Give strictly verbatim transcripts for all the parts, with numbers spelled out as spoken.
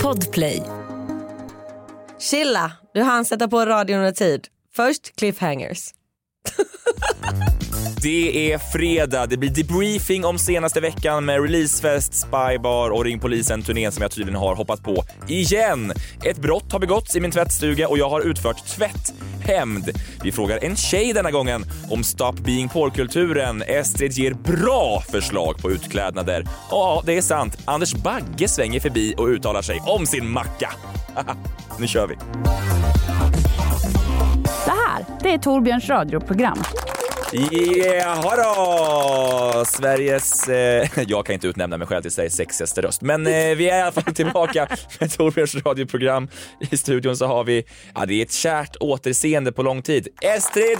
Podplay. Chilla, du hann sätta på radion under tid. Först cliffhangers. Det är fredag, det blir debriefing om senaste veckan med releasefest, spybar och Ring Polisen-turnén som jag tydligen har hoppat på igen. Ett brott har begåtts i min tvättstuga och jag har utfört tvätthämnd. Vi frågar en tjej denna gången om Stop Being Poor-kulturen. Estrid ger bra förslag på utklädnader. Ja, det är sant. Anders Bagge svänger förbi och uttalar sig om sin macka. Nu kör vi. Det här, det är Torbjörns radioprogram. Jaha då! Sveriges, eh, jag kan inte utnämna mig själv till Sveriges sexigaste röst. Men eh, vi är i alla fall tillbaka med Torbjörns radioprogram. I studion så har vi, ja det är ett kärt återseende på lång tid. Estrid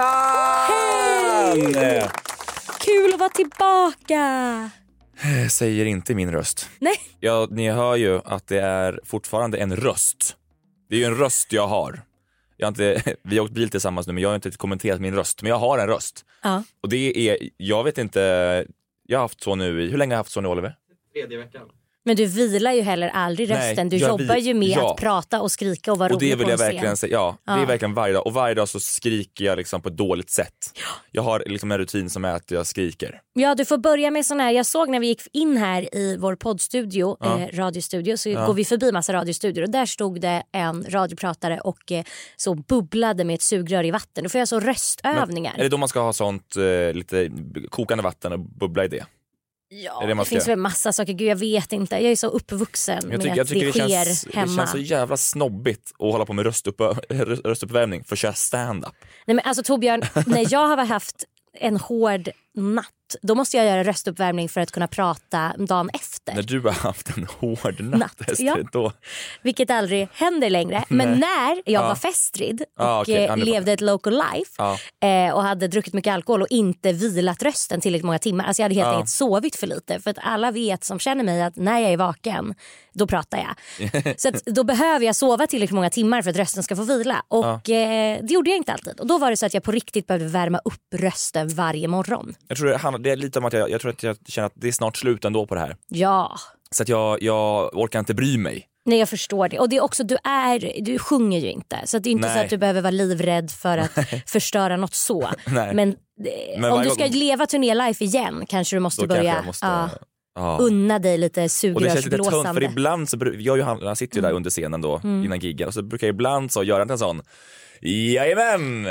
Kjellman! Hej! Kul att vara tillbaka! Säger inte min röst. Nej. Ja, ni hör ju att det är fortfarande en röst. Det är ju en röst jag har. Jag har inte, vi har åkt bil tillsammans nu, men jag har inte kommenterat min röst. Men jag har en röst. Ja. Och det är, jag vet inte, jag har haft så nu i, hur länge har jag haft så nu, Oliver? Tredje veckan. Men du vilar ju heller aldrig rösten. Nej, du jobbar vi, ju med ja. att prata och skrika och vara och rolig det vill på jag en verkligen scen. säga. Ja, Ja. det är verkligen varje dag. Och varje dag så skriker jag liksom på ett dåligt sätt. Jag har liksom en rutin som är att jag skriker. Ja, du får börja med sån här. Jag såg när vi gick in här i vår poddstudio, Ja. eh, radiostudio, så Ja. går vi förbi massa radiostudior och där stod det en radiopratare och eh, så bubblade med ett sugrör i vatten. Då får jag så röstövningar. Men är det då man ska ha sånt eh, lite kokande vatten och bubbla i det? Ja, det det, det finns väl massa saker. Gud, jag vet inte. Jag är så uppvuxen Jag med tycker, att jag tycker det det, sker känns, hemma. det känns så jävla snobbigt att hålla på med röstupp, röstuppvärmning för att köra stand-up. Nej, men alltså Torbjörn, när jag har haft en hård natt, då måste jag göra röstuppvärmning för att kunna prata dagen efter. När du har haft en hård natt, Natt, Estrid, ja. då... Vilket aldrig händer längre. Men Nej. när jag Ja. var festrid och Ja, okej. eh, Ja, nu- levde ett local life Ja. eh, och hade druckit mycket alkohol och inte vilat rösten tillräckligt många timmar. Alltså jag hade helt Ja. enkelt sovit för lite. För att alla vet som känner mig att när jag är vaken, då pratar jag. Så att då behöver jag sova tillräckligt många timmar för att rösten ska få vila. Och Ja. eh, det gjorde jag inte alltid. Och då var det så att jag på riktigt behövde värma upp rösten varje morgon. Jag tror det, handlar, det är lite om att jag, jag tror att jag känner att det är snart slut ändå på det här. Ja. Så att jag, jag orkar inte bry mig. Nej, jag förstår det. Och det är också, du är, du sjunger ju inte. Så att det är inte Nej. så att du behöver vara livrädd för att förstöra något så. Nej. Men, eh, Men om varje du ska gång- leva turnélife igen kanske du måste Då kanske börja jag måste... ja, Ja. unna dig lite Och det känns lite tönt, sugrörsblåsande. för ibland så bru- jag och Johanna sitter ju där under scenen då innan giggen och så brukar jag ibland så göra en sån jajamän,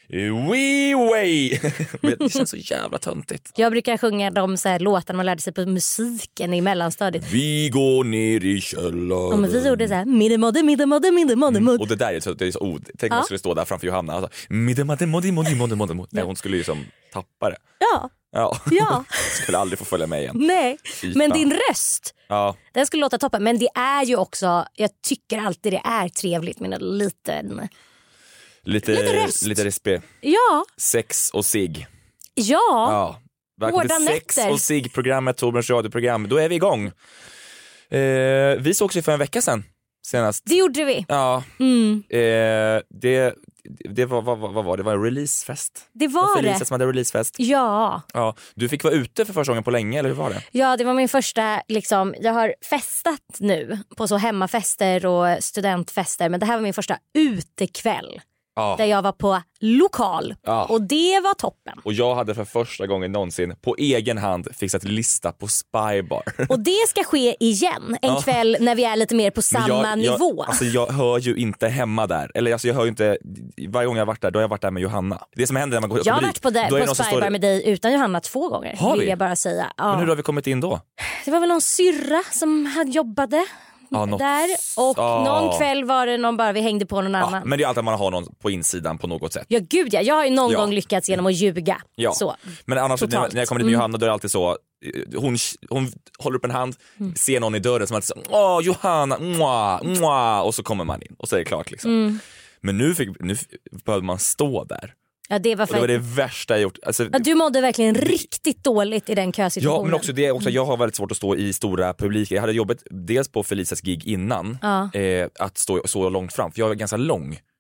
we way. Men det känns så jävla töntigt. Jag brukar sjunga de så här låtarna man lärde sig på musiken i mellanstadiet. Vi går ner i källaren. Ja, men vi gjorde så här middelmåde, middelmåde, middelmåde. Mm. Och det där är så, det är så ord. Tänk om Ja. jag skulle stå där framför Johanna och så, middelmåde, måde, måde, måde, måde, måde. Nej, hon skulle ju som tappa det. Ja, Ja. ja, Skulle aldrig få följa med igen. nej. Fy Men fan. din röst, Ja. den skulle låta toppen. Men det är ju också, jag tycker alltid det är trevligt med en liten... Lite, Lite röst. lite respe. Ja, Sex och sig. ja. Ja. Välkommen Hårda till Sex nätter. och sig-programmet, Torbjörns radioprogram. Då är vi igång. Eh, vi sågs ju för en vecka sedan senast. Det gjorde vi. Ja. Mm. Eh, det det var, vad, vad var det? Det var en releasefest. Det var Felicia det. som hade releasefest. Ja. Ja. Du fick vara ute för första gången på länge, eller hur var det? Ja, det var min första, liksom, jag har festat nu på så hemmafester och studentfester, men det här var min första utekväll. Ja. Där jag var på lokal. Ja. Och det var toppen. Och jag hade för första gången någonsin på egen hand fixat lista på Spybar. Och det ska ske igen en Ja. kväll när vi är lite mer på Men samma jag, nivå. Jag, alltså jag hör ju inte hemma där. Eller alltså jag hör ju inte, varje gång jag har varit där, då har jag varit där med Johanna. Det som händer när man går Jag har kommer varit på, dit, det, då är det på någon som Spybar står- med dig utan Johanna två gånger. Har vill vi? jag bara säga. Ja. Men hur har vi kommit in då? Det var väl någon syrra som hade jobbade Ja, något- där. Och Ja. någon kväll var det någon bara vi hängde på någon Ja, annan. men det är alltid att man har någon på insidan på något sätt. Ja gud ja, jag har ju någon Ja. gång lyckats genom att ljuga. Ja. Så. Men annars när, Totalt. när jag kommer dit med Johanna, då är det alltid så. Hon, hon håller upp en hand, Mm. ser någon i dörren som alltid så, åh Johanna, mwah, mwah, och så kommer man in och så är det klart liksom. Mm. Men nu, fick, nu behövde man stå där. Ja, det var Och det för... var det värsta jag gjort. Alltså, ja, du mådde verkligen riktigt dåligt i den kösituationen. ja, men också det också, jag har väldigt svårt att stå i stora publiker. Jag hade jobbat dels på Felicias gig innan, Ja. eh, att stå så långt fram, för jag är ganska lång.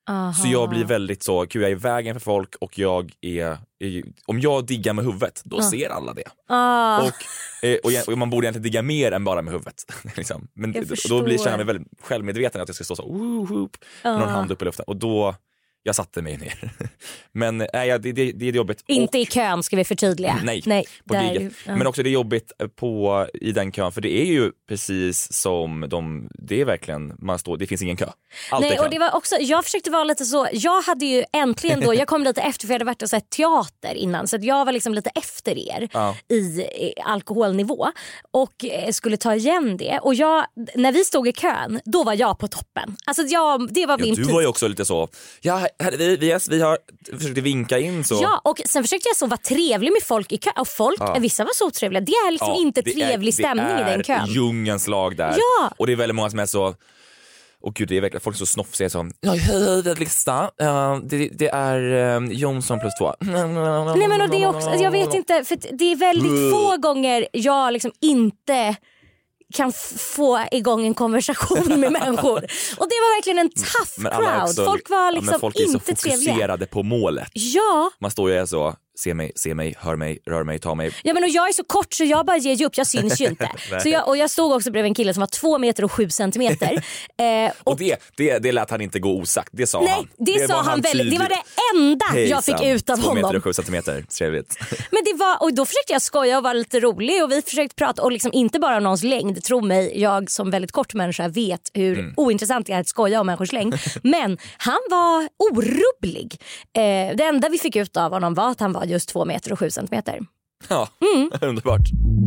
Aha. Så jag blir väldigt så, gud jag är i vägen för folk och jag är, är om jag diggar med huvudet, då ah. ser alla det. Ah. Och, eh, och, och man borde egentligen digga mer än bara med huvudet. liksom. Men då blir jag mig väldigt självmedveten att jag ska stå så, uh, uh, ah. någon hand upp i luften. Och då, jag satte mig ner. Men äh, det, det, det är jobbigt. Inte och, i kön ska vi förtydliga. Nej, nej på där, giget. ja. Men också det är jobbigt på, i den kön, för det är ju precis som de, det är verkligen, man står, det finns ingen kö. Allt nej, är kön. och det var också, jag försökte vara lite så, jag hade ju äntligen då, jag kom lite efter för jag hade varit och sett teater innan, så att jag var liksom lite efter er ja. i, i alkoholnivå och eh, skulle ta igen det. Och jag, när vi stod i kön, då var jag på toppen. Alltså jag, det var ja, min du peak. var ju också lite så, ja, här, vi, vi, vi har försökt vinka in så. Ja, och sen försökte jag så vara trevlig med folk i kö. Och folk, ja. vissa var så otrevliga. Det är liksom ja, inte det trevlig är, stämning det är i den kön. djungens lag där. Ja. Och det är väldigt många som är så, och gud det är verkligen folk är så snofsiga som, ja, höjd lista, uh, det, det är um, Jonsson plus två. Nej men och det är också, jag vet inte, för det är väldigt få gånger jag liksom inte kan f- få igång en konversation med människor. Och det var verkligen en tough crowd. Också, folk var liksom ja, folk är inte så fokuserade trevliga. på målet. Ja. Man står ju och är så, se mig, se mig, hör mig, rör mig, ta mig. Ja men och jag är så kort så jag bara ger ju upp, jag syns ju inte. så jag, och jag stod också bredvid en kille som var två meter och sju centimeter. eh, och, och det, det, det lät han inte gå osagt, det sa nej, han. Det, det sa han, han väldigt, det var det enda Hejsan, jag fick ut av två honom. Två meter och sju centimeter, trevligt. Men det var, och då försökte jag skoja och vara lite rolig och vi försökte prata och liksom inte bara om någons längd, tro mig, jag som väldigt kort människa vet hur mm. ointressant det är att skoja om människors längd. Men han var orubblig. Eh, det enda vi fick ut av honom var att han var just två meter och sju centimeter. Ja, mm. underbart.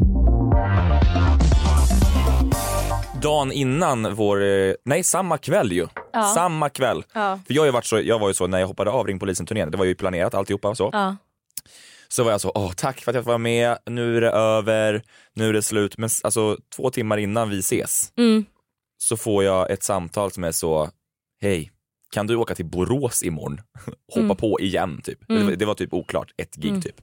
Dagen innan vår, nej samma kväll ju. Ja. Samma kväll. Ja. För jag har ju varit så, jag var ju så när jag hoppade av Ring Polisen-turnén, det var ju planerat alltihopa och så. Ja. Så var jag så, åh tack för att jag får vara med, nu är det över, nu är det slut. Men alltså två timmar innan vi ses mm. så får jag ett samtal som är så, hej, kan du åka till Borås imorgon? Hoppa mm. på igen typ. Mm. Det, det var typ oklart, ett gig mm. typ.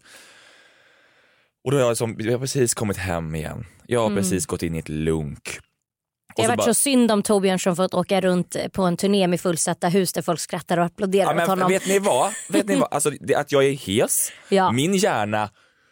Och då har jag, som, jag har precis kommit hem igen. Jag har mm. precis gått in i ett lunk. Det har varit bara... så synd om Torbjörn som fått åka runt på en turné med fullsatta hus där folk skrattar och applåderar ja, men, åt honom. Vet ni vad? Vet ni vad? Alltså, det, att jag är hes, ja. Min hjärna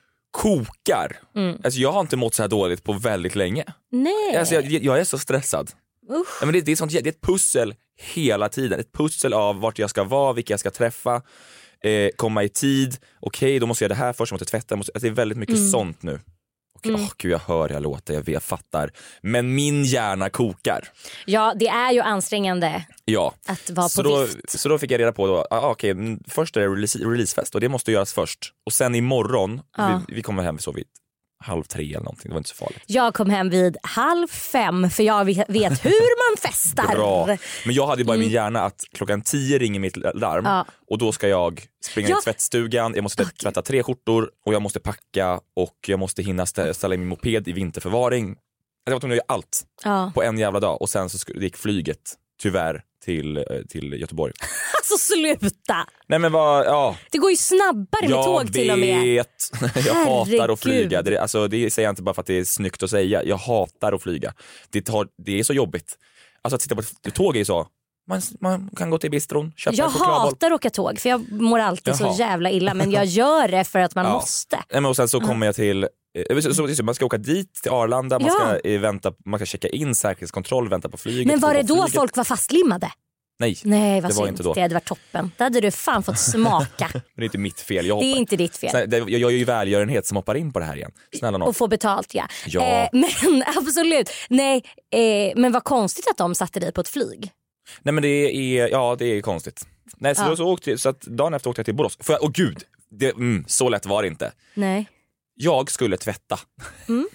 kokar. Mm. Alltså, jag har inte mått så här dåligt på väldigt länge. Nej. Alltså, jag, jag är så stressad. Ja, men det, det, är sånt, det är ett pussel hela tiden. Ett pussel av vart jag ska vara, vilka jag ska träffa, eh, komma i tid. Okej, okay, då måste jag göra det här först, måste jag tvätta. Måste, alltså, det är väldigt mycket mm. sånt nu. Okej, okay, mm. oh, gud, jag hör, jag låter, jag, vet, jag fattar. Men min hjärna kokar. Ja, det är ju ansträngande ja. att vara så på då, vift. Så då fick jag reda på, då, ah, okej, okay, först är det release, releasefest och det måste göras först. Och sen imorgon, ja. vi, vi kommer hem så vid halv tre eller någonting, det var inte så farligt. Jag kom hem vid halv fem för jag vet hur man festar. Bra. Men jag hade ju bara i mm. min hjärna att klockan tio ringer mitt larm ja. Och då ska jag springa ja. i tvättstugan, jag måste tvätta tre skjortor och jag måste packa och jag måste hinna ställa in min moped i vinterförvaring. Jag var tvungen att göra allt ja. på en jävla dag och sen så gick flyget tyvärr till, till Göteborg. Alltså sluta! Nej men vad, ja. Det går ju snabbare med jag tåg till och med. Jag vet, jag hatar att flyga. Det, alltså, det säger jag inte bara för att det är snyggt att säga. Jag hatar att flyga. Det, tar, det är så jobbigt. Alltså att sitta på ett tåg är så. Man, man kan gå till bistron, köpa jag en chokladboll. Jag hatar att åka tåg för jag mår alltid Jaha. så jävla illa. Men jag gör det för att man ja. måste. Nej, men och sen så kommer mm. jag till Så, så, man ska åka dit till Arlanda, man, ja. ska, eh, vänta, man ska checka in säkerhetskontroll, vänta på flyget. Men var det då flyget. folk var fastlimmade? Nej, Nej vad det var inte då. Det hade varit toppen. Det hade du fan fått smaka. Men det är inte mitt fel. Jag det är inte ditt fel. Så, det, jag gör ju välgörenhet som hoppar in på det här igen. Snälla någon. Och få betalt, ja. ja. Eh, men absolut. Nej, eh, men vad konstigt att de satte dig på ett flyg. Nej men det är, ja det är konstigt. Nej så, ja. då, så, åkte, så att dagen efter åkte jag till Borås. För, åh gud, det, mm, så lätt var det inte. Nej. Jag skulle tvätta. Mm.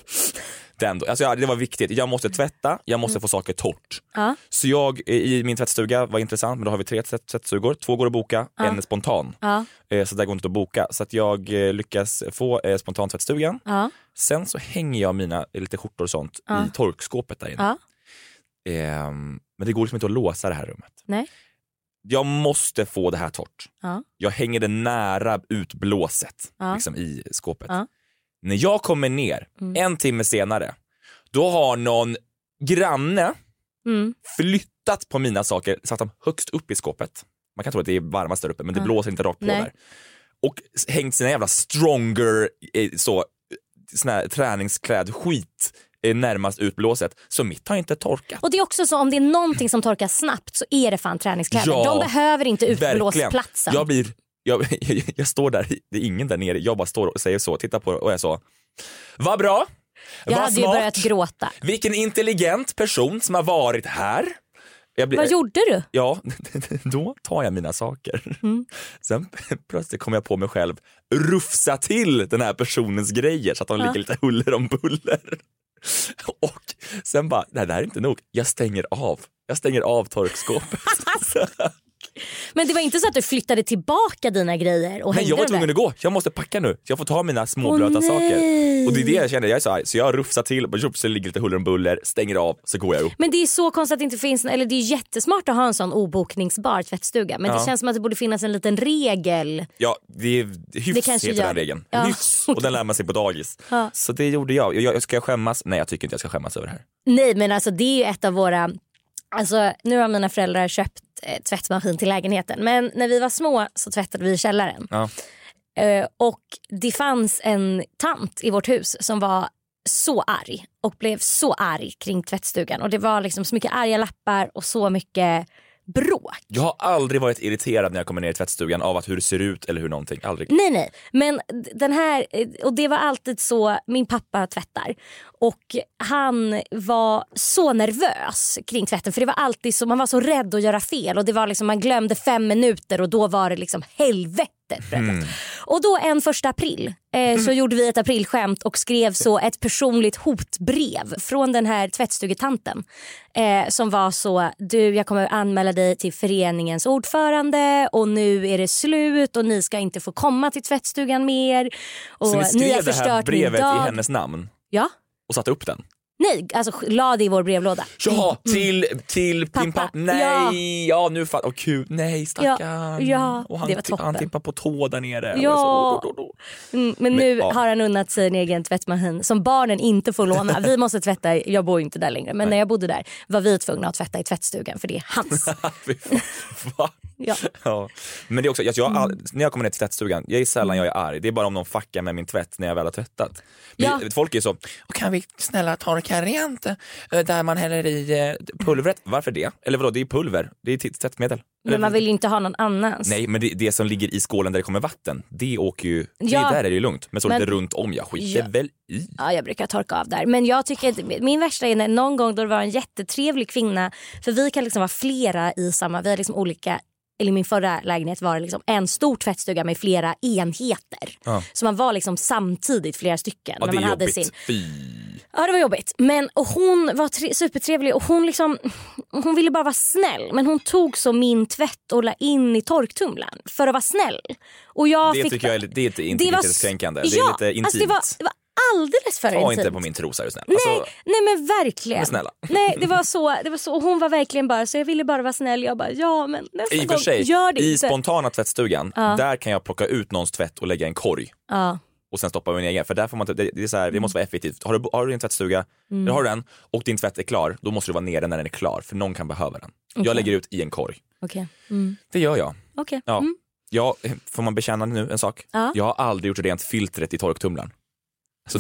Den, alltså, ja, det var viktigt. Jag måste tvätta, jag måste mm. få saker torrt. Ja. Så jag i min tvättstuga var intressant, men då har vi tre tvättstugor. Två går att boka, ja. en spontan. Ja. Så där går inte att boka. Så att jag lyckas få spontan tvättstugan. Ja. Sen så hänger jag mina lite skjortor och sånt ja. i torkskåpet där inne. Ja. Ehm, men det går liksom inte att låsa det här rummet. Nej. Jag måste få det här torrt. Ja. Jag hänger det nära utblåset ja. liksom i skåpet. Ja. När jag kommer ner mm. en timme senare, då har någon granne mm. flyttat flyttat på mina saker, satt dem högst upp i skåpet. Man kan tro att det är varmast där uppe, men det mm. blåser inte rakt på Nej. där. Och hängt sina jävla stronger så sån här träningskläd skit närmast utblåset. Så mitt har inte torkat. Och det är också så, om det är någonting som torkar snabbt så är det fan träningskläder. Ja, de behöver inte utblåsplatsen. Jag blir jag, jag, jag står där, det är ingen där nere. Jag bara står och säger så, tittar på det och jag så. Vad bra. Jag hade ju börjat gråta. Vilken intelligent person som har varit här. Jag blir, Vad gjorde du? Ja, då tar jag mina saker. Mm. Sen plötsligt kommer jag på mig själv rufsa till den här personens grejer så att de ja. ligger lite huller om buller. Och sen bara, nej det här är inte nog. Jag stänger av. Jag stänger av torkskåpet. Men det var inte så att du flyttade tillbaka dina grejer och Nej, jag var tvungen att gå. Jag måste packa nu. Jag får ta mina små blöta oh, saker. Och det är det jag känner. Jag är så här, så jag rufsar till, bara så ligger lite huller och buller, stänger av, så går jag upp. Men det är så konstigt att det inte finns, eller det är jättesmart att ha en sån obokningsbar tvättstuga. Men ja. det känns som att det borde finnas en liten regel. Ja, det är hyfs det heter gör. den regeln. Ja. Hyfs. Och den lär man sig på dagis. Ja. Så det gjorde jag. jag. Ska jag skämmas? Nej, jag tycker inte jag ska skämmas över det här. Nej, men alltså det är ju ett av våra... Alltså nu har mina föräldrar köpt eh, tvättmaskin till lägenheten. Men när vi var små så tvättade vi i källaren. Ja. Eh, och det fanns en tant i vårt hus som var så arg. Och blev så arg kring tvättstugan. Och det var liksom så mycket arga lappar och så mycket bråk. Jag har aldrig varit irriterad när jag kommer ner i tvättstugan av att hur det ser ut eller hur någonting. Aldrig. Nej, nej. Men den här, och det var alltid så, min pappa tvättar. Och han var så nervös kring tvätten. För det var alltid så, man var så rädd att göra fel. Och det var liksom, man glömde fem minuter och då var det liksom helvete. Mm. Och då en första april eh, mm. så gjorde vi ett aprilskämt och skrev så ett personligt hotbrev från den här tvättstugetanten eh, som var så, du, jag kommer anmäla dig till föreningens ordförande och nu är det slut och ni ska inte få komma till tvättstugan mer. Och så ni skrev ni har det här brevet i hennes namn? Ja. Och satte upp den? Nej, alltså la det i vår brevlåda. Ja, till, till pappa. Din pappa. Nej, ja, ja nu fattar. Åh gud, nej stackarn. Ja, ja, och han, det var toppen. Han tippar på tå där nere. Ja. Så, då, då, då. Mm, men, men nu ja. har han unnat sig en egen tvättmaskin som barnen inte får låna. Vi måste tvätta, jag bor inte där längre. Men nej. när jag bodde där var vi tvungna att tvätta i tvättstugan för det är hans. Va? Ja. Ja. Men det är också, jag, jag, all, när jag kommer ner till tvättstugan, jag är sällan jag är arg. Det är bara om någon fuckar med min tvätt när jag väl har tvättat. Ja. Folk är så, kan vi snälla torka rent där man häller i pulvret? Varför det? Eller vadå, det är pulver, det är tvättmedel. Men man vill ju inte ha någon annans. Nej, men det, det som ligger i skålen där det kommer vatten, det åker ju, ja. det, där är det ju lugnt. Men så men, lite runt om, jag skiter ja. väl i. Ja, jag brukar torka av där. Men jag tycker att min värsta är när någon gång då det var en jättetrevlig kvinna, för vi kan liksom vara flera i samma, vi har liksom olika. Eller i min förra lägenhet var det liksom en stor tvättstuga med flera enheter. Ja. Så man var liksom samtidigt flera stycken. Ja, när det man är hade jobbigt. Sin... Fy. Ja, det var jobbigt. Men och hon var tre- supertrevlig och hon liksom hon ville bara vara snäll. Men hon tog så min tvätt och la in i torktumlaren för att vara snäll. Och jag det fick... tycker jag är lite, det är inte integritetskränkande. Det, ja, det är lite intimt. Alltså det var, det var alldeles för intimt. Ta inte på min trosa, är du snäll. Nej, alltså, nej men verkligen. Men snälla. Nej, det var så, det var så. Hon var verkligen bara så jag ville bara vara snäll. Jag bara ja, men nästa I gång sig, gör det i inte. spontana tvättstugan, ja. där kan jag plocka ut någons tvätt och lägga i en korg. Ja. Och sen stoppa min egen. För där får man, det, det är så här, det måste vara effektivt. Har du, har du en tvättstuga, mm. har du den och din tvätt är klar, då måste du vara nere när den är klar. För någon kan behöva den. Okay. Jag lägger ut i en korg. Okay. Mm. Det gör jag. Okay. Ja. Mm. Jag, får man bekänna nu en sak? Ja. Jag har aldrig gjort rent filtret i torktumlaren. Så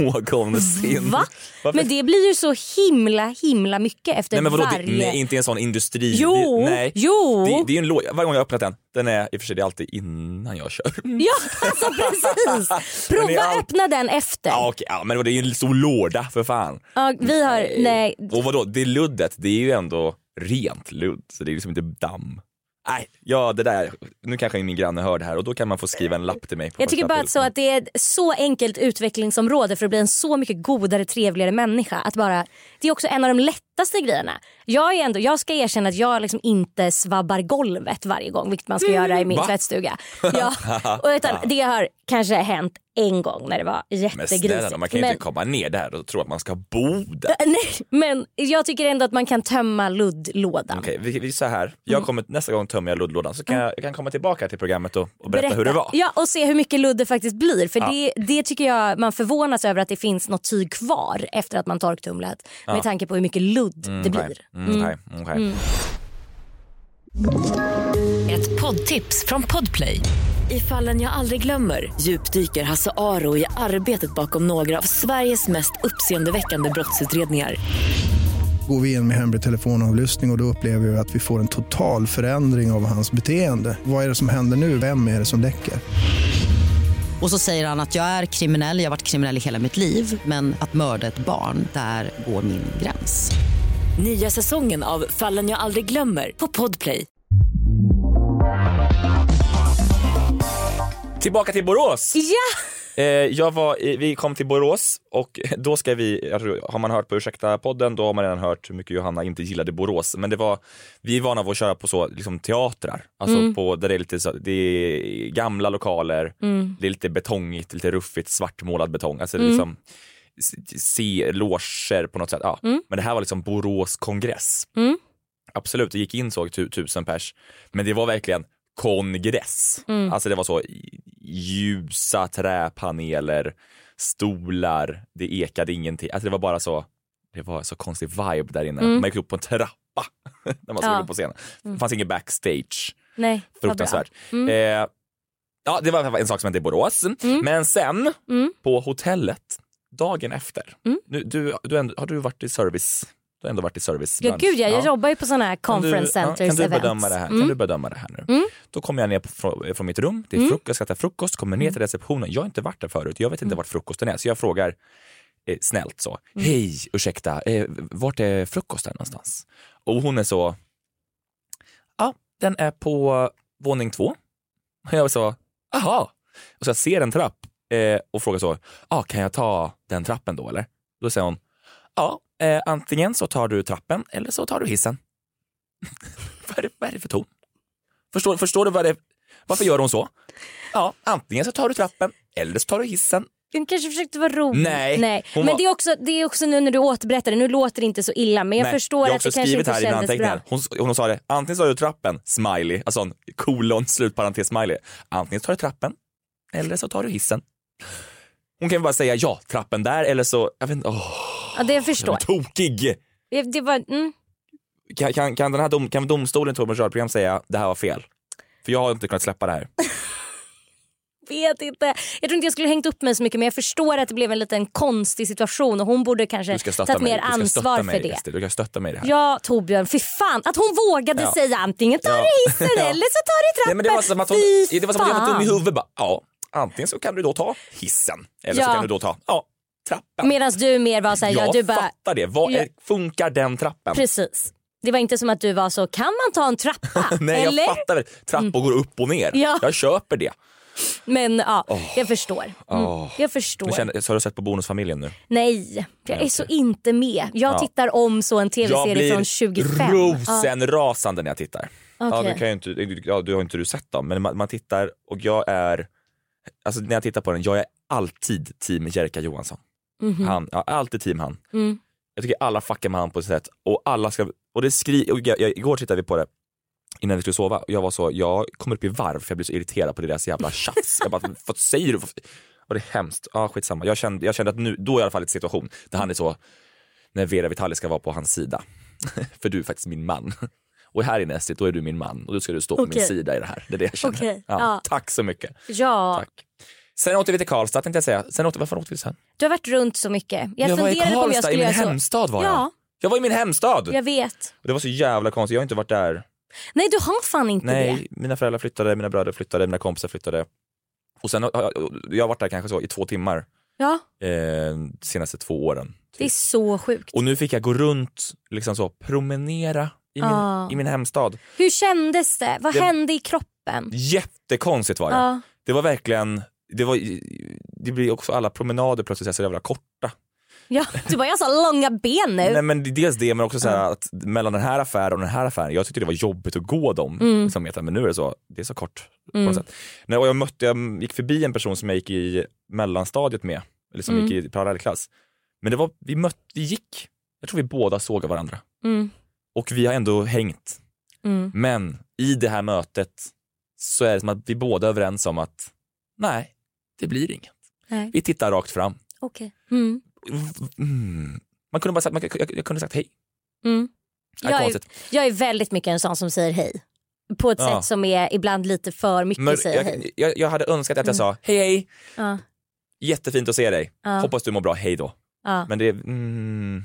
någonsin. Va? Men det blir ju så himla himla mycket efter nej, men vadå, varje... Det, nej, inte en sån industri. Jo, det, nej. jo. Det, det är en lå... Varje gång jag öppnat den, den är i och för sig det är alltid innan jag kör. Ja, alltså precis. Prova all... öppna den efter. Ja, okej, ja, men det är ju en stor låda för fan. Ja, vi har, nej. Och vadå, det luddet, det är ju ändå rent ludd. Så det är liksom inte damm. Nej, ja det där, nu kanske min granne hör det här och då kan man få skriva en lapp till mig. På jag tycker bara att, så att det är ett så enkelt utvecklingsområde för att bli en så mycket godare, trevligare människa. Att bara, det är också en av de lättaste grejerna. Jag, är ändå, jag ska erkänna att jag liksom inte svabbar golvet varje gång, vilket man ska mm, göra i min va? tvättstuga. Ja, och utan, det har kanske hänt en gång när det var jättegrisigt. Men snälla, man kan ju men, inte komma ner där och tro att man ska bo där. Nej, men jag tycker ändå att man kan tömma luddlådan. Okej, okay, vi, vi så här. Jag kommer, nästa gång tömmer jag luddlådan så kan jag, jag kan komma tillbaka till programmet och, och berätta, berätta hur det var. Ja, och se hur mycket ludd det faktiskt blir. För ja. det, det tycker jag man förvånas över att det finns något tyg kvar efter att man torktumlat. Ja. Med tanke på hur mycket ludd ludd Mm, det okay. blir. Mm, okay. Okay. Mm. Ett poddtips från Podplay. I Fallen jag aldrig glömmer djupdyker Hasse Aro i arbetet bakom några av Sveriges mest uppseendeväckande brottsutredningar. Går vi in med hemlig telefonavlyssning och, och då upplever vi att vi får en total förändring av hans beteende. Vad är det som händer nu? Vem är det som läcker? Och så säger han att jag är kriminell, jag har varit kriminell i hela mitt liv. Men att mörda ett barn, där går min gräns. Nya säsongen av Fallen jag aldrig glömmer på Podplay. Tillbaka till Borås. Ja! Eh, jag var i, vi kom till Borås och då ska vi, har man hört på Ursäkta podden, då har man redan hört hur mycket Johanna inte gillade Borås. Men det var, vi är vana av att köra på så liksom teatrar, alltså mm. på där det är lite så, det är gamla lokaler, mm. det är lite betongigt, lite ruffigt, svartmålad betong, alltså mm. liksom se loger på något sätt. Ja. Mm. Men det här var liksom Borås kongress. Mm. Absolut, det gick in så tu, tusen pers, men det var verkligen kongress. Mm. Alltså det var så ljusa träpaneler, stolar, det ekade ingenting. Alltså det var bara så, det var så konstig vibe där inne. Mm. Man gick upp på en trappa när man skulle ja. på scenen. Det fanns ingen backstage. Nej, fruktansvärt. Mm. Eh, ja, det var en sak som hände i Borås. Mm. Men sen mm. på hotellet dagen efter. Mm. Nu, du, du ändå, har du varit i service? Du har ändå varit i service. Ja, gud, jag, jag ja. jobbar ju på sådana här conference centers ja, kan du events. bedöma det här? Mm. Kan du bedöma det här nu? Mm. Då kommer jag ner på, från, från mitt rum. Det är frukost, jag ska äta frukost, kommer ner till receptionen. Jag har inte varit där förut. Jag vet inte mm. vart frukosten är. Så jag frågar eh, snällt så. Mm. Hej, ursäkta. Eh, vart är frukosten någonstans? Och hon är så. Ja, den är på våning två. Och jag var så. Aha. Och så jag ser en trapp eh, och frågar så. Ah, kan jag ta den trappen då eller? Då säger hon. Ja. Eh, antingen så tar du trappen eller så tar du hissen. vad, är det, vad är det för ton? Förstår, förstår du vad det, varför gör hon så? Ja, antingen så tar du trappen eller så tar du hissen. Hon kanske försökte vara rolig. Nej. Nej. Men var... det, är också, det är också nu när du återberättar det. Nu låter det inte så illa. Men jag Nej, förstår jag att det kanske inte kändes bra. Hon, hon sa det. Antingen så tar du trappen, smiley. Alltså en kolon, slutparentes, smiley. Antingen så tar du trappen eller så tar du hissen. Hon kan bara säga ja, trappen där eller så. Jag vet inte. Oh, ja, det jag förstår. Det var tokig. Det, det var, mm. kan, kan, kan, den här dom, kan domstolen Torbjörns radioprogram säga det här var fel? För jag har inte kunnat släppa det här. Vet inte. Jag tror inte jag skulle hängt upp mig så mycket, men jag förstår att det blev en liten konstig situation och hon borde kanske tagit mer ansvar mig, för det. Ester. Du kan stötta mig i det här. Ja, Torbjörn, för fan att hon vågade ja. säga antingen tar ja. du hissen ja. eller så tar du trappen. Nej, men det var som att hon, det var som att jag var dum i huvudet bara, ja, antingen så kan du då ta hissen eller ja. så kan du då ta ja, trappen. Medan du mer var så här, jag ja, du bara, fattar det. Vad är, funkar den trappen? Precis. Det var inte som att du var så, kan man ta en trappa? Nej, eller? Jag fattar väl. Trappor mm. går upp och ner. Ja. Jag köper det. Men ja, oh. jag förstår. Mm. Oh. Jag förstår. Känner, så har du sett på Bonusfamiljen nu? Nej, jag är okay. så inte med. Jag ja. tittar om så en tv-serie från tjugofem. Jag blir rosenrasande när jag tittar. Okay. Ja, du, kan ju inte, ja, du har inte du sett dem, men man, man tittar och jag är, alltså när jag tittar på den, jag är alltid team Jerka Johansson. Mm-hmm. Han, ja, alltid team han. Mm. Jag tycker alla fuckar med han på ett sätt och alla ska, och det skri, och jag, jag, igår tittade vi på det innan vi skulle sova och jag var så, jag kommer upp i varv för jag blir så irriterad på det deras jävla tjafs. Jag bara, vad säger du? Och det är hemskt. Ja, skitsamma. Jag kände, jag kände att nu, då är i alla fall ett situation där han är så, när Vera Vitali ska vara på hans sida. För du är faktiskt min man. Och här inne, då är du min man och då ska du stå på okay. min sida i det här. Det är det jag känner. Okay. Ja, ja. Tack så mycket. Ja. Tack. Sen åkte vi till Karlstad, tänkte jag säga. Sen åkte, varför åkte vi sen? Du har varit runt så mycket. Jag, jag var i Karlstad, om jag skulle i min så... hemstad var jag. Ja. Jag var i min hemstad. Jag vet. Och det var så jävla konstigt, jag har inte varit där. Nej, du har fan inte Nej, det. Nej, mina föräldrar flyttade, mina bröder flyttade, mina kompisar flyttade. Och sen har jag, jag har varit där kanske så i två timmar. Ja. Eh, senaste två åren. Typ. Det är så sjukt. Och nu fick jag gå runt, liksom så, promenera i min, ah. i min hemstad. Hur kändes det? Vad det, hände i kroppen? Jättekonstigt var det. Ah. Det var verkligen, det var, det blir också alla promenader plötsligt så jävla korta. Ja, du bara, jag har så långa ben nu. Nej, men dels det, men också så här att mellan den här affären och den här affären, jag tyckte det var jobbigt att gå dem mm. som meter, men nu är det så, det är så kort mm. på något sätt. Nej, och jag mötte, jag gick förbi en person som jag gick i mellanstadiet med, eller som mm. gick i parallellklass. Men det var, vi mötte, vi gick, jag tror vi båda såg varandra. Mm. Och vi har ändå hängt. Mm. Men i det här mötet så är det som att vi båda är överens om att nej, det blir inget. Nej. Vi tittar rakt fram. Okej. Okay. Mm. Mm. Man kunde bara sagt, man, jag, jag kunde sagt hej. Mm. Är Jag, är, jag är väldigt mycket en sån som säger hej. På ett ja. sätt som är ibland lite för mycket Men, säger jag, hej. Jag, jag hade önskat att jag sa hej hej. Ja. Jättefint att se dig. Ja. Hoppas du mår bra, hej då. Ja. Men det är... Mm,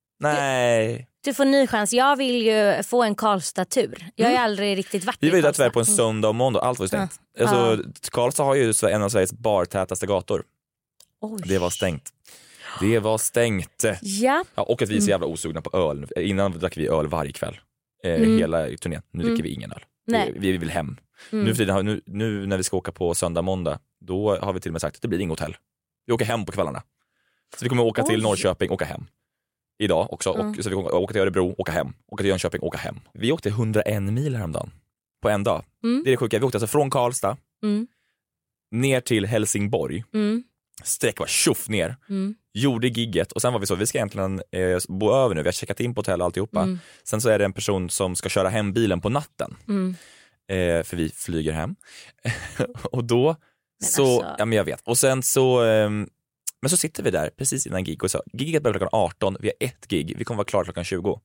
nej. Du, du får ny chans. Jag vill ju få en Karlstad-tur. Jag har mm. aldrig riktigt varit Vi i var ju där Karlstad. tyvärr på en söndag och måndag. Allt var ju stängt. Ja. Alltså, ja. Karlstad har ju en av Sveriges bartätaste gator. Oj. Det var stängt. Det var stängt. Ja. Ja, och att vi är så jävla osugna på öl. Innan drack vi öl varje kväll. Eh, mm. Hela turnén. Nu dricker mm. vi ingen öl. Nej. Vi, vi vill hem. Mm. Nu, för tiden, nu, nu när vi ska åka på söndag måndag, då har vi till och med sagt att det blir inget hotell. Vi åker hem på kvällarna. Så vi kommer åka Oj. till Norrköping, åka hem. Idag också. Mm. Och, så vi kommer åka till Örebro, åka hem. Åka till Jönköping, åka hem. Vi åkte hundraen mil häromdagen. På en dag. Mm. Det är det sjuka. Vi åkte alltså från Karlstad mm. ner till Helsingborg. Mm. Sträck var tjoff ner. Mm. Gjorde gigget. Och sen var vi så, vi ska egentligen eh, bo över nu. Vi har checkat in på hotell och alltihopa. Mm. Sen så är det en person som ska köra hem bilen på natten. Mm. Eh, för vi flyger hem. Och då men så, alltså... ja men jag vet. Och sen så, eh, men så sitter vi där precis innan gig och så, giget börjar klockan arton, vi har ett gig, vi kommer vara klara klockan tjugo.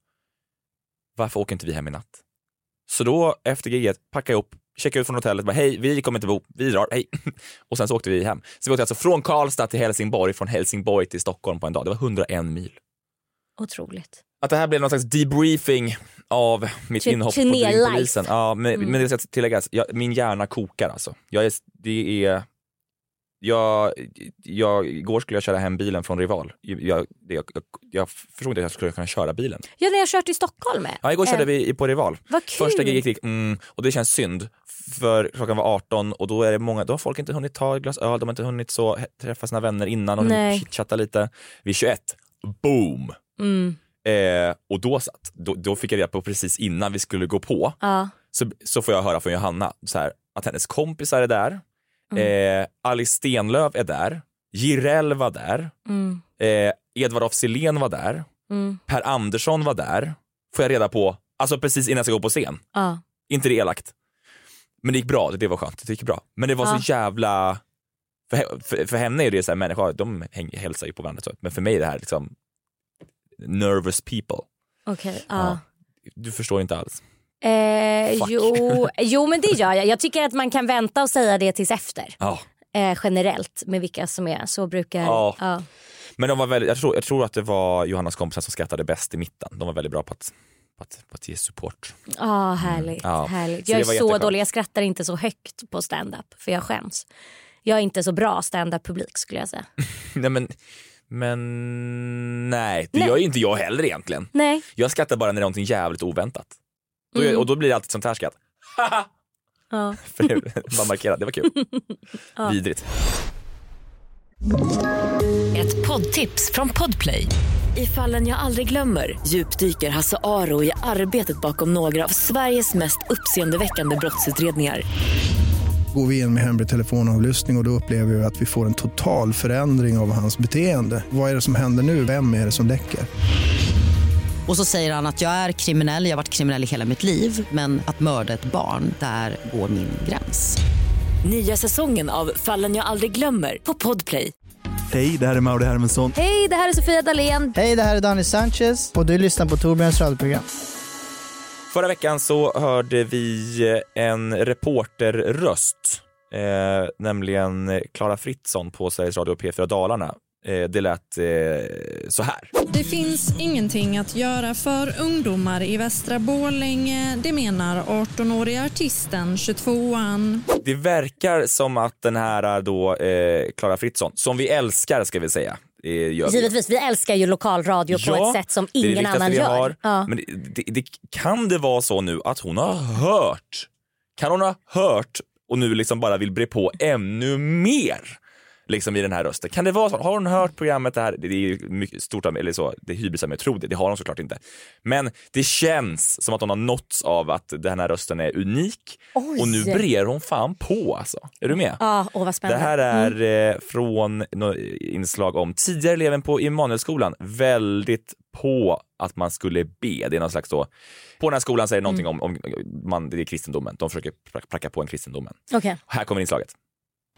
Varför åker inte vi hem i natt? Så då efter giget packade jag upp, checkade ut från hotellet, bara hej, vi kommer inte bo, vi drar, hej. Och sen så åkte vi hem. Så vi åkte alltså från Karlstad till Helsingborg, från Helsingborg till Stockholm på en dag. Det var hundraen mil. Otroligt. Att det här blev någon slags debriefing av mitt T- inhopp på Dreampolisen. Ja, men, mm. men det ska tilläggas, jag, min hjärna kokar alltså. Jag är, det är, jag, jag, igår skulle jag köra hem bilen från Rival. Jag, jag, jag, jag förstod inte att jag skulle kunna köra bilen. Ja, när jag kört i Stockholm med. Ja, igår körde äh. vi på Rival. Vad kul. Första giget gick, mm, och det känns synd. För klockan var arton och då är det många, då har folk inte hunnit ta ett glas öl, de har inte hunnit så träffa sina vänner innan och chitchatta lite. Vid tjugoett, boom! Mm. Eh, och då, satt, då, då fick jag reda på precis innan vi skulle gå på ja. så, så får jag höra från Johanna så här, att hennes kompisar är där, mm. eh, Alice Stenlöf är där, Jireel var där, mm. eh, Edvard af Sillén var där, mm. Per Andersson var där, får jag reda på, alltså precis innan jag ska gå på scen. Ja. Inte det elakt. Men det gick bra, det var skönt, det gick bra. Men det var ja. så jävla, för, för, för henne är det så här, människor, de häng, hälsar ju på varandra så. Men för mig är det här liksom nervous people. Okej, okay, ja. uh. Du förstår inte alls. Eh, jo, jo, men det gör jag. Jag tycker att man kan vänta och säga det tills efter. Ja. Eh, generellt med vilka som är. Så brukar... Ja. Ja. Men de var väldigt, jag, tror, jag tror att det var Johannas kompisar som skrattade bäst i mitten. De var väldigt bra på att, på att, på att ge support. Ja, oh, härligt. Mm. Ja. härligt. Jag är så jätteklar. dålig. Jag skrattar inte så högt på stand-up. För jag skäms. Jag är inte så bra stand-up-publik skulle jag säga. Nej, men... Men nej, det nej. gör ju inte jag heller egentligen. Nej. Jag skrattar bara när det är någonting jävligt oväntat. Då, mm. Och då blir det alltid sånt här skratt. Ja. För det bara markerat, det var kul. Ja. Vidrigt. Ett poddtips från Podplay. I Fallen jag aldrig glömmer djupdyker Hasse Aro i arbetet bakom några av Sveriges mest uppseendeväckande brottsutredningar. Går vi in med hemlig telefonavlyssning och, och då upplever vi att vi får en total förändring av hans beteende. Vad är det som händer nu? Vem är det som läcker? Och så säger han att jag är kriminell, jag har varit kriminell i hela mitt liv. Men att mörda ett barn, där går min gräns. Nya säsongen av Fallen jag aldrig glömmer på Podplay. Hej, det här är Mauri Hermansson. Hej, det här är Sofia Dalén. Hej, det här är Daniel Sanchez och du lyssnar på Torbjörns radioprogram. Förra veckan så hörde vi en reporterröst, eh, nämligen Clara Fritzson på Sveriges Radio P fyra Dalarna. Eh, det lät eh, så här. Det finns ingenting att göra för ungdomar i Västra Borlänge, det menar arton-åriga artisten tjugotvåan. Det verkar som att den här då eh, Clara Fritzson, som vi älskar ska vi säga. Gör vi. Givetvis, vi älskar ju lokalradio ja, på ett sätt som ingen annan gör. Har. Ja. Men det, det, det, kan det vara så nu att hon har hört, kan hon ha hört och nu liksom bara vill bre på ännu mer liksom i den här rösten? Kan det vara så? Har hon hört programmet det här? Det är mycket stort, eller så, det är hybris med tro det, det har hon såklart inte. Men det känns som att hon har nåtts av att den här rösten är unik. Oj. Och nu brer hon fan på alltså. Är du med? Ja, åh vad spännande. Det här är mm. eh, från inslag om tidigare eleven på Immanuelskolan. Väldigt på att man skulle be. Det är någon slags då, på den här skolan säger det någonting mm. om, om man, det är kristendomen. De försöker pracka på en kristendomen. Okay. Här kommer inslaget.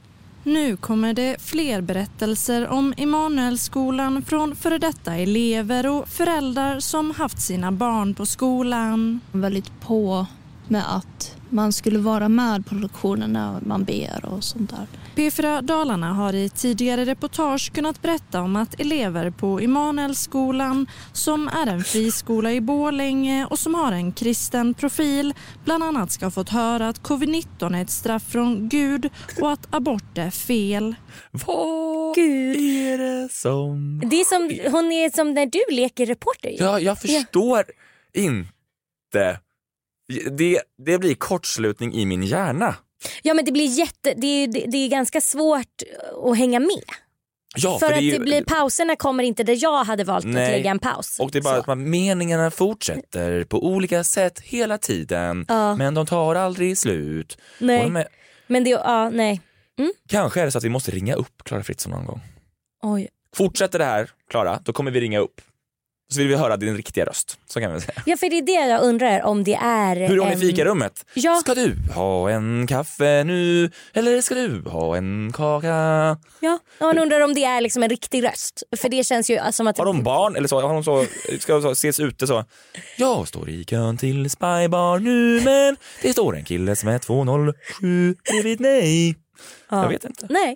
Nu kommer det fler berättelser om Immanuelskolan från före detta elever och föräldrar som haft sina barn på skolan. Väldigt på med att man skulle vara med på lektionen när man ber och sånt där. P fyra Dalarna har i tidigare reportage kunnat berätta om att elever på Immanuelskolan, som är en friskola i Borlänge och som har en kristen profil, bland annat ska ha fått höra att covid nitton är ett straff från Gud och att abort är fel. Vad Gud. är det som... Det är som, hon är som när du leker reporter. Ju. Ja, jag förstår ja. inte. Det, det blir kortslutning i min hjärna. Ja, men det blir jätte det är, det är ganska svårt att hänga med. Ja, för, för att det, ju, det blir pauserna kommer inte där jag hade valt nej. att lägga en paus. Och det är bara så. Att man, meningarna fortsätter på olika sätt hela tiden. Ja. Men de tar aldrig slut. Nej. De är... Men det ja, nej. Mm? Kanske är det så att vi måste ringa upp Clara Fritzson någon gång. Oj. Fortsätter det här, Clara, då kommer vi ringa upp. Så vill vi höra din riktiga röst. Så kan vi säga. Ja, för det är det jag undrar om det är... Hur är hon en... i fikarummet? Ja. Ska du ha en kaffe nu? Eller ska du ha en kaka? Ja, man undrar om det är liksom en riktig röst. För det känns ju som att... Har de barn? Eller så, har de så, ska de så, ses ute så? Jag står i kön till Spybar nu, men det står en kille som är två noll sju bredvid mig. Ja. Jag vet inte. Nej.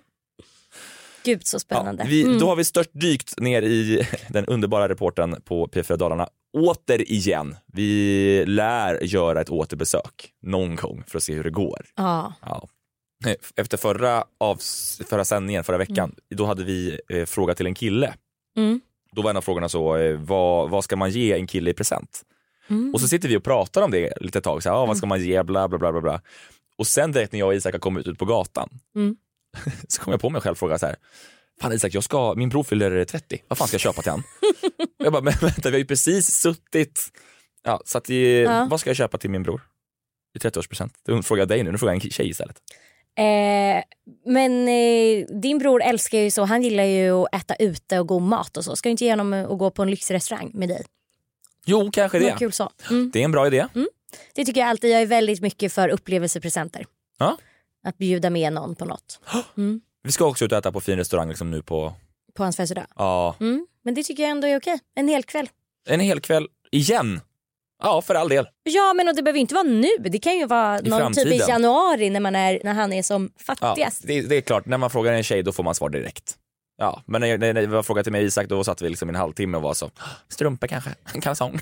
Gud, så spännande. Ja, vi, mm. Då har vi stört dykt ner i den underbara reporten på P fyra Dalarna. Återigen, vi lär göra ett återbesök någon gång för att se hur det går. Ja. Ja. Efter förra, av, förra sändningen, förra veckan, mm. då hade vi eh, frågat till en kille. Mm. Då var en av frågorna så, eh, vad, vad ska man ge en kille i present? Mm. Och så sitter vi och pratar om det lite tag. Så här, ah, vad ska man ge? Bla, bla, bla, bla, bla. Och sen direkt när jag och Isak har kommit ut på gatan mm. så kom jag på mig själv och frågade så här: fan Isak, jag ska, min bror fyller trettio. Vad fan ska jag köpa till han? Jag bara, men vänta, vi har ju precis suttit. Ja, så att i, ja. Vad ska jag köpa till min bror i trettioårspresent? Det frågar jag dig nu, nu frågar jag en tjej istället. Eh, men eh, din bror älskar ju så, han gillar ju att äta ute och god mat och så. Ska du inte ge honom att gå på en lyxrestaurang med dig? Jo, kanske det. Det är kul så. Mm. Det är en bra idé. Mm. Det tycker jag alltid, jag är väldigt mycket för upplevelsepresenter. Ja. Att bjuda med någon på något. Mm. Vi ska också ut och äta på fin restaurang liksom nu på... På hans födelsedag? Ja. Mm. Men det tycker jag ändå är okej. En hel kväll. En hel kväll igen? Ja, för all del. Ja, men och det behöver inte vara nu. Det kan ju vara I någon framtiden. typ i januari när, man är, när han är som fattigast. Ja, det, det är klart, när man frågar en tjej då får man svar direkt. Ja, men när, när, när det var frågat till mig Isak, då satt vi liksom en halvtimme och var så, strumpor kanske, en kalsong.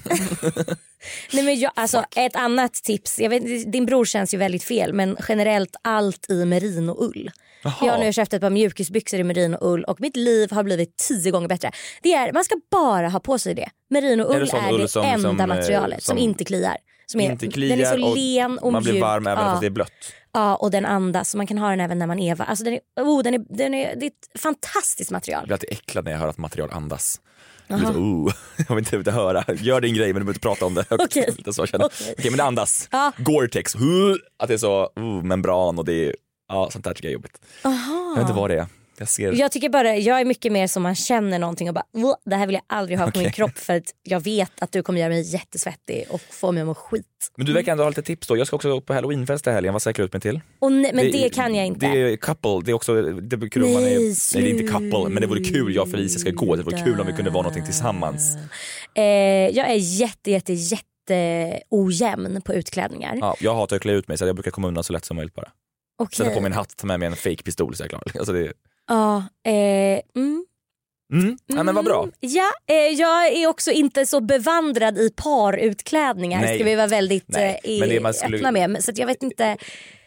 Nej, men jag, alltså Fuck. Ett annat tips, jag vet, din bror känns ju väldigt fel, men generellt allt i merinoull. Jag har nu köpt ett par mjukisbyxor i merinoull och mitt liv har blivit tio gånger bättre. Det är, man ska bara ha på sig det. Merinoull är, är det som, enda som, materialet som, som inte kliar. Som är, inte kliar, den är så len och man mjuk. Blir varm även ja. fast det är blött. Ja, och den andas, så man kan ha den även när man är. Alltså den är, oh, den är, den är, det är ett fantastiskt material. Jag blir alltid äcklad när jag hör att material andas. Jag, så, oh, jag vill inte, inte höra. Gör din grej men du behöver inte prata om det. Okej, okay. så okay. okay, men det andas. Ja. Gore-Tex, att det är så oh, membran och det är, ja, sånt där tycker jag är jobbigt. Aha. Jag vet inte vad det är. Jag, ser... jag tycker bara, jag är mycket mer som man känner någonting och bara, det här vill jag aldrig ha på okay. min kropp för att jag vet att du kommer göra mig jättesvettig och få mig att må skit. Men du verkar ändå ha lite tips då. Jag ska också gå på Halloweenfest i helgen. Vad säkrar ut mig till? Och ne- men det, det kan jag inte. Det är couple. Det är också det är kul nej, om man är, nej, det är inte couple, men det vore kul. Jag och Felicia ska gå. Det vore kul om vi kunde vara någonting tillsammans. Eh, jag är jätte jätte jätte ojämn på utklädningar. Ja, jag hatar att klä ut mig så jag brukar komma undan så lätt som möjligt bara. Okay. Sätta på min hatt, ta med mig en fake pistol så jag är klar. Alltså det... Ja, eh, mm. Mm. Ja, men vad bra. Ja, eh, jag är också inte så bevandrad i parutklädningar. Nej. Ska vi vara väldigt eh, men det man skulle... öppna med. Så att jag vet inte.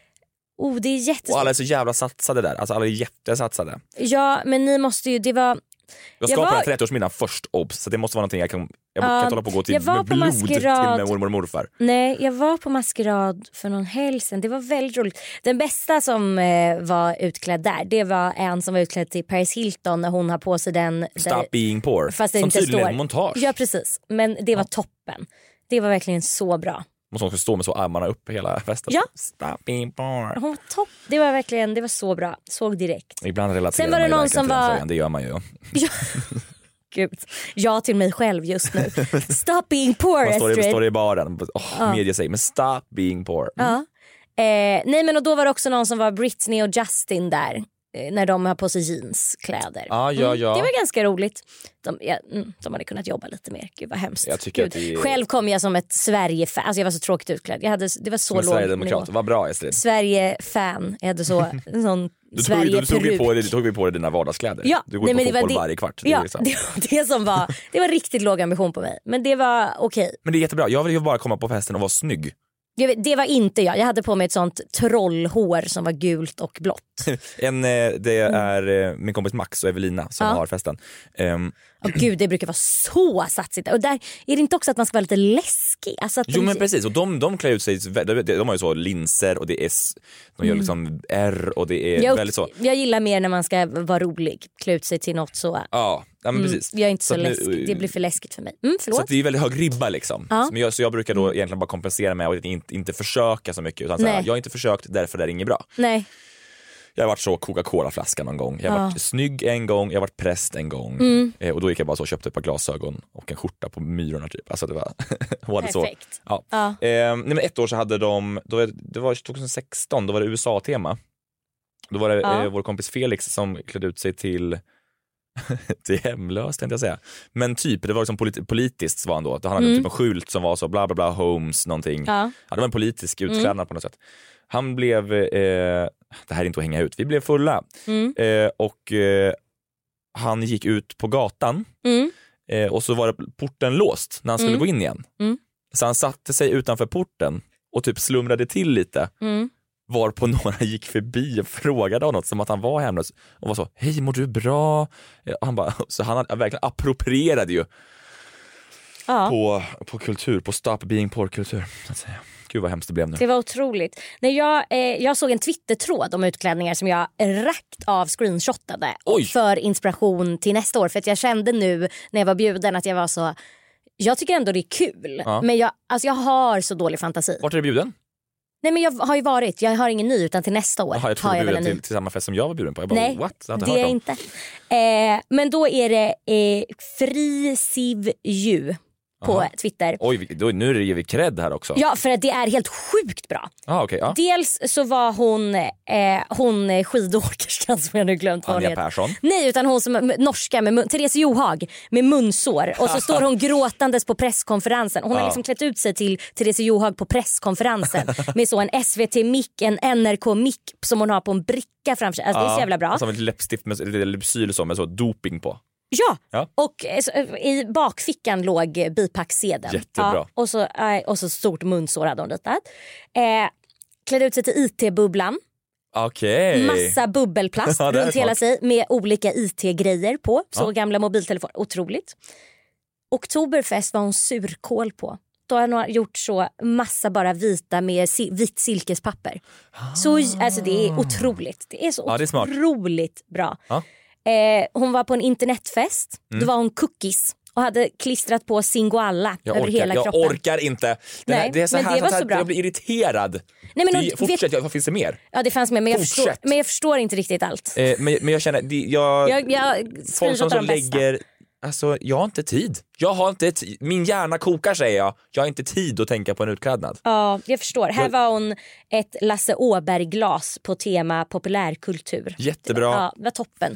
Oh, det är jättesvårt. Och alla är så jävla satsade där. Alltså alla är jättesatsade. Ja, men ni måste ju, det var... Jag ska jag på var... den trettioårsmiddagen först, obs. Så det måste vara någonting jag kan... Jag kan uh, inte hålla på och gå till med blod maskerad... till mormor och morfar. Nej, jag var på maskerad för någon helg sedan. Det var väldigt roligt. Den bästa som eh, var utklädd där, det var en som var utklädd till Paris Hilton när hon har på sig den... Stop där, being poor. Fast det som inte tydligen står. är en montage. Ja, precis. Men det var ja. toppen. Det var verkligen så bra. Måste hon stå med så armarna upp hela festen. Ja. Stop being poor. Hon var topp. Det var verkligen, det var så bra. Såg direkt. Ibland relaterar Sen var det man någon som var... Det gör man ju. Ja. Gud. Jag till mig själv just nu. Stop being poor, man står, Astrid. står i baren. Oh, ja. Media säger, men stop being poor. Mm. Ja. Eh, nej, men och då var det också någon som var Britney och Justin där. när de har på sig jeanskläder. Ja, ja, ja. Mm, det var ganska roligt. De, ja, de hade kunnat jobba lite mer. Gud vad hemskt. Jag tycker Gud. att det är... Själv kom jag som ett Sverige-fan. Alltså jag var så tråkigt utklädd. Jag hade, det var så låg Sverigedemokrat. Vad bra, Estrid. Sverige-fan. Jag hade så en sån Du tog, Sverige du tog ju på dig, du tog ju på dig dina vardagskläder. Ja, du går nej, på men det fotboll var det, varje kvart. Ja, det, liksom. det var det som var, det var riktigt låg ambition på mig. Men det var okej. Okay. Men det är jättebra. Jag vill ju bara komma på festen och vara snygg. Det, det var inte jag. Jag hade på mig ett sånt trollhår som var gult och blått. en, det är min kompis Max och Evelina som ja. har festen. Um, oh, gud, det brukar vara så satsigt. Och där är det inte också att man ska vara lite läskig. Alltså att jo de... men precis, och de, de klär ut sig, de, de har ju så linser och det är, de gör liksom R och det är jag, väldigt så. Jag gillar mer när man ska vara rolig, klä ut sig till något så. Ja, ja men precis. Mm, jag är inte så, så läskig, nu, det blir för läskigt för mig. Mm, så att det är väldigt hög ribba liksom. Ja. Så, jag, så jag brukar då egentligen bara kompensera med att inte, inte försöka så mycket. Utan så här, jag har inte försökt, därför är det inget bra. Nej. Jag har varit så Coca-Cola-flaska någon gång. Jag har ja. varit snygg en gång, jag har varit präst en gång. Mm. Eh, och då gick jag bara så och köpte ett par glasögon och en skjorta på Myrorna typ. Alltså det var, var det så. Perfekt. Ja. Ja. Eh, nej, men ett år så hade de, då, det var tjugohundrasexton, då var det U S A-tema. Då var det ja. eh, vår kompis Felix som klädde ut sig till till hemlös tänkte jag säga. Men typ, det var liksom polit- politiskt var han då. Han hade mm. typ en skylt som var så bla bla bla homes någonting. Ja. Ja, det var en politisk utklädnad mm. på något sätt. Han blev, eh, det här är inte att hänga ut, vi blev fulla. Mm. Eh, och eh, han gick ut på gatan mm. eh, och så var det porten låst när han skulle mm. gå in igen. Mm. Så han satte sig utanför porten och typ slumrade till lite. Mm. Var på några gick förbi och frågade honom som att han var hemlös och var så, hej mår du bra? Och han bara, så han verkligen approprierade ju ja. på, på kultur, på stop being poor-kultur så att säga. Gud vad hemskt det blev nu. Det var otroligt. När jag, eh, jag såg en Twitter-tråd om utklädningar som jag rakt av screenshotade för inspiration till nästa år. För att jag kände nu när jag var bjuden att jag var så, jag tycker ändå det är kul. Ja. Men jag, alltså jag har så dålig fantasi. Vart är du bjuden? Nej men jag har ju varit, jag har ingen ny utan till nästa år. Jaha, jag tror du bjuden till, till samma fest som jag var bjuden på. Jag bara, nej, what? Jag det är inte. Eh, men då är det eh, FriSivJu på Aha. Twitter. Oj, då, nu är det vi cred här också. Ja, för att det är helt sjukt bra. Ah, okay, ja. Dels så var hon eh, hon skidåkerskan som jag nu glömt vad Anja Persson. Nej, utan hon som norska med mun, Therese Johaug med munsår. Och så står hon gråtandes på presskonferensen. Hon ja. har liksom klätt ut sig till Therese Johaug på presskonferensen med så en S V T-mick, en N R K-mick som hon har på en bricka framför sig. Alltså, ja. Det är så jävla bra. Som ett läppstift med lypsyl så med så doping på. Ja, ja. och i bakfickan låg bipacksedeln. Jättebra. Ja, och, så, och så stort munsår hade hon ritat. Eh, klädde ut sig till I T-bubblan. Okay. Massa bubbelplast ja, runt hela sig med olika I T-grejer på. Så ja. Gamla mobiltelefon. Otroligt. Oktoberfest var hon surkål på. Då har hon gjort så massa bara vita med si- vitt silkespapper. Ah. Så alltså det är otroligt. Det är så ja, det är otroligt bra. Ja. Eh, hon var på en internetfest. Mm. Då var hon cookies och hade klistrat på Singoalla jag över orkar, hela jag kroppen. Jag orkar inte. Den Nej, här, det är så men här, det var så här, så bra. Jag blir irriterad. Nej, men det, fortsätt, vet... vad finns det mer? Ja, det fanns mer, men jag, förstår, men jag förstår inte riktigt allt. Eh, men, men jag känner, det, jag, jag, jag folk som, som lägger, alltså jag har inte tid. Jag har inte tid. Min hjärna kokar säger jag. Jag har inte tid att tänka på en utklädnad. Ja, jag förstår. Här var hon ett Lasse Åberg-glas på tema populärkultur. Jättebra. Ja, det var toppen.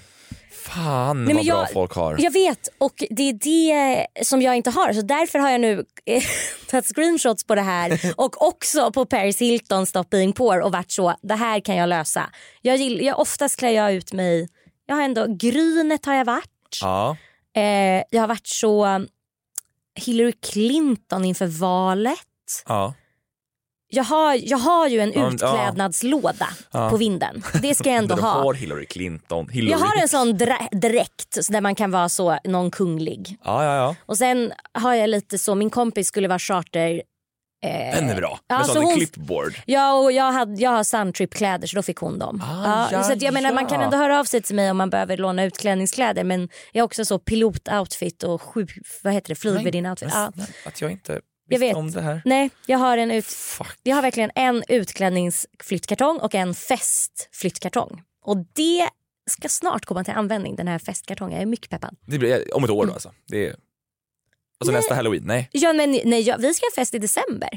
Fan Nej, vad jag, bra folk har. Jag vet, och det är det som jag inte har. Så därför har jag nu eh, tagit screenshots på det här. Och också på Paris Hilton Stop Being Poor. Och varit så, det här kan jag lösa. Jag gill, jag, oftast klär jag ut mig. Jag har ändå, Grynet har jag varit. Ja. Eh, jag har varit så Hillary Clinton inför valet. Ja. Jag har, jag har ju en ja, utklädnadslåda ja. på vinden. Det ska jag ändå ha. Har Hillary Clinton. Hillary. Jag har en sån dra- dräkt där man kan vara så någon kunglig. Ja, ja, ja. Och sen har jag lite så, min kompis skulle vara charter. Eh, Den är bra. Ja, med sån hon, clipboard. Ja, och jag, hade, jag har Suntrip-kläder så då fick hon dem. Ah, ja, ja, så att jag ja. menar, man kan ändå höra av sig till mig om man behöver låna utklädningskläder. Men jag har också så pilotoutfit och sju, vad heter det, flygvärdinneoutfit. Ja. Att jag inte... Jag vet. Om det här. Nej, jag har en ut Fuck. jag har verkligen en utklädningsflyttkartong och en festflyttkartong. Och det ska snart komma till användning, den här festkartongen. Jag är mycket peppad. Det blir om ett år då alltså. Det är alltså nej. nästa Halloween. Nej. Ja, men nej, ja, vi ska ha fest i december.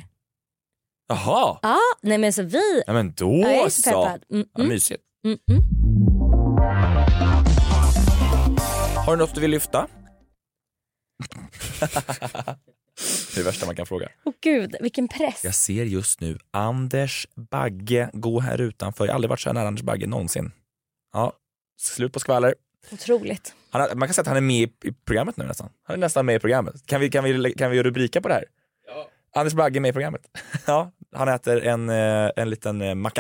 Jaha. Ja, nej men så vi Ja, men då ja, jag är så så. peppad. Mm, ja, mm. mysigt. Mm, mm. Har du något du vill lyfta? Det är det värsta man kan fråga. Åh gud, vilken press. Jag ser just nu Anders Bagge gå här utanför. Jag har aldrig varit så här nära Anders Bagge någonsin. Ja, slut på skvaller. Otroligt. Han har, man kan säga att han är med i, i programmet nu nästan. Han är nästan med i programmet. Kan vi, kan vi, kan vi rubrika på det här? Ja. Anders Bagge är med i programmet. Ja, han äter en, en liten macka.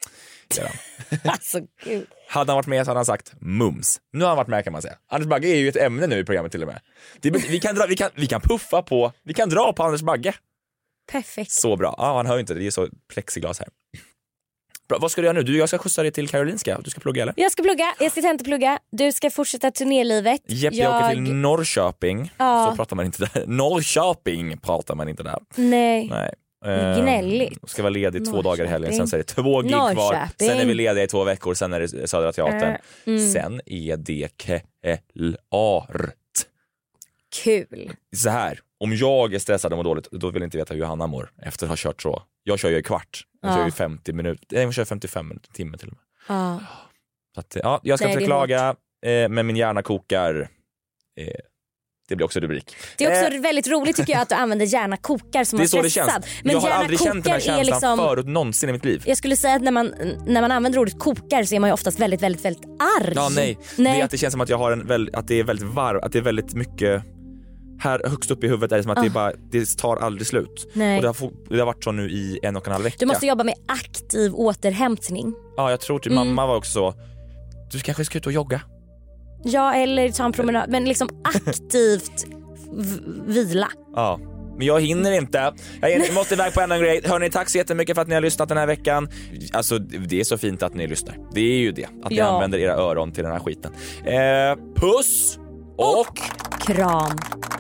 Alltså gud. Hade han varit med så hade han sagt mums. Nu har han varit med kan man säga. Anders Bagge är ju ett ämne nu i programmet till och med. Det, vi, kan dra, vi, kan, vi kan puffa på, vi kan dra på Anders Bagge. Perfekt. Så bra. Ja, han hör ju inte, det är så plexiglas här. Bra, vad ska du göra nu? Du, jag ska skjutsa dig till Karolinska. Du ska plugga eller? Jag ska plugga, jag ska tenteplugga. Du ska fortsätta turnélivet. Jepp, jag... jag åker till Norrköping. Ja. Så pratar man inte där. Norrköping pratar man inte där. Nej. Nej. Gnälligt. Ska vara ledig två dagar i helgen. Sen så är det två gig kvar. Sen är vi lediga i två veckor. Sen är det Södra Teatern. Mm. Sen är det klart. Kul. Så här, om jag är stressad och mår dåligt, då vill jag inte veta hur Hanna mår efter att ha kört så. Jag kör ju i kvart. Jag ja. kör ju femtio minuter. Nej, jag kör femtiofem minuter, timme till och med. Ja. Så att, ja, jag ska inte klaga, eh, men min hjärna kokar. Eh, Det blir också rubrik. Det är också eh. väldigt roligt tycker jag att du använder hjärna kokar som det är så stressad. Det känns. Men jag har aldrig känt den här känslan liksom, förut någonsin i mitt liv. Jag skulle säga att när man, när man använder ordet kokar så är man ju oftast väldigt, väldigt, väldigt arg. Ja, nej. nej. Det är att det känns som att jag har en väl, att det är väldigt varv, att det är väldigt mycket här högst upp i huvudet är det som att ah. det, bara, det tar aldrig slut. Nej. Och det har, det har varit så nu i en och en halv vecka. Du måste jobba med aktiv återhämtning. Ja, jag tror typ mm. mamma var också så. Du kanske ska ut och jogga. Ja, eller ta en promenad. Men liksom aktivt v- vila. Ja, men jag hinner inte. Jag måste iväg på en grej. Hörrni, tack så jättemycket för att ni har lyssnat den här veckan. Alltså, det är så fint att ni lyssnar. Det är ju det, att ni ja. använder era öron till den här skiten. Eh, puss och, och kram.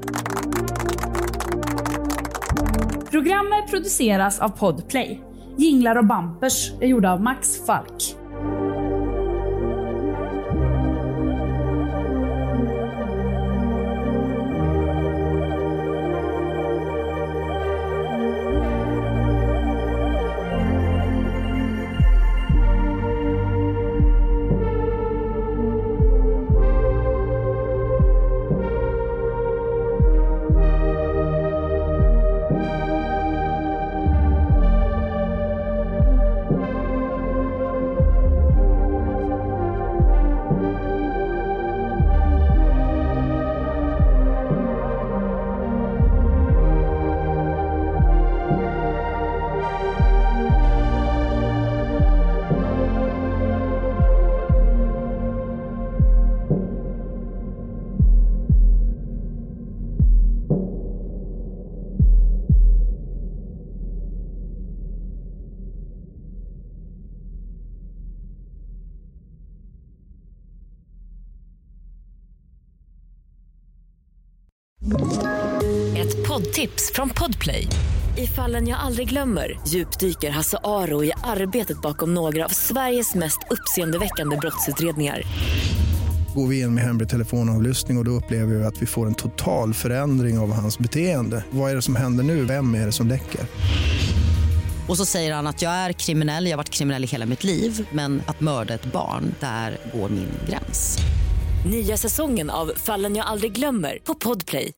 Programmet produceras av Podplay. Jinglar och bumpers är gjorda av Max Falk. Ett poddtips från Podplay. I Fallen jag aldrig glömmer djupdyker Hasse Aro i arbetet bakom några av Sveriges mest uppseendeväckande brottsutredningar. Går vi in med hemlig telefonavlyssning och, och då upplever vi att vi får en total förändring av hans beteende. Vad är det som händer nu? Vem är det som läcker? Och så säger han att jag är kriminell, jag har varit kriminell i hela mitt liv. Men att mörda ett barn, där går min gräns. Nya säsongen av Fallen jag aldrig glömmer på Podplay.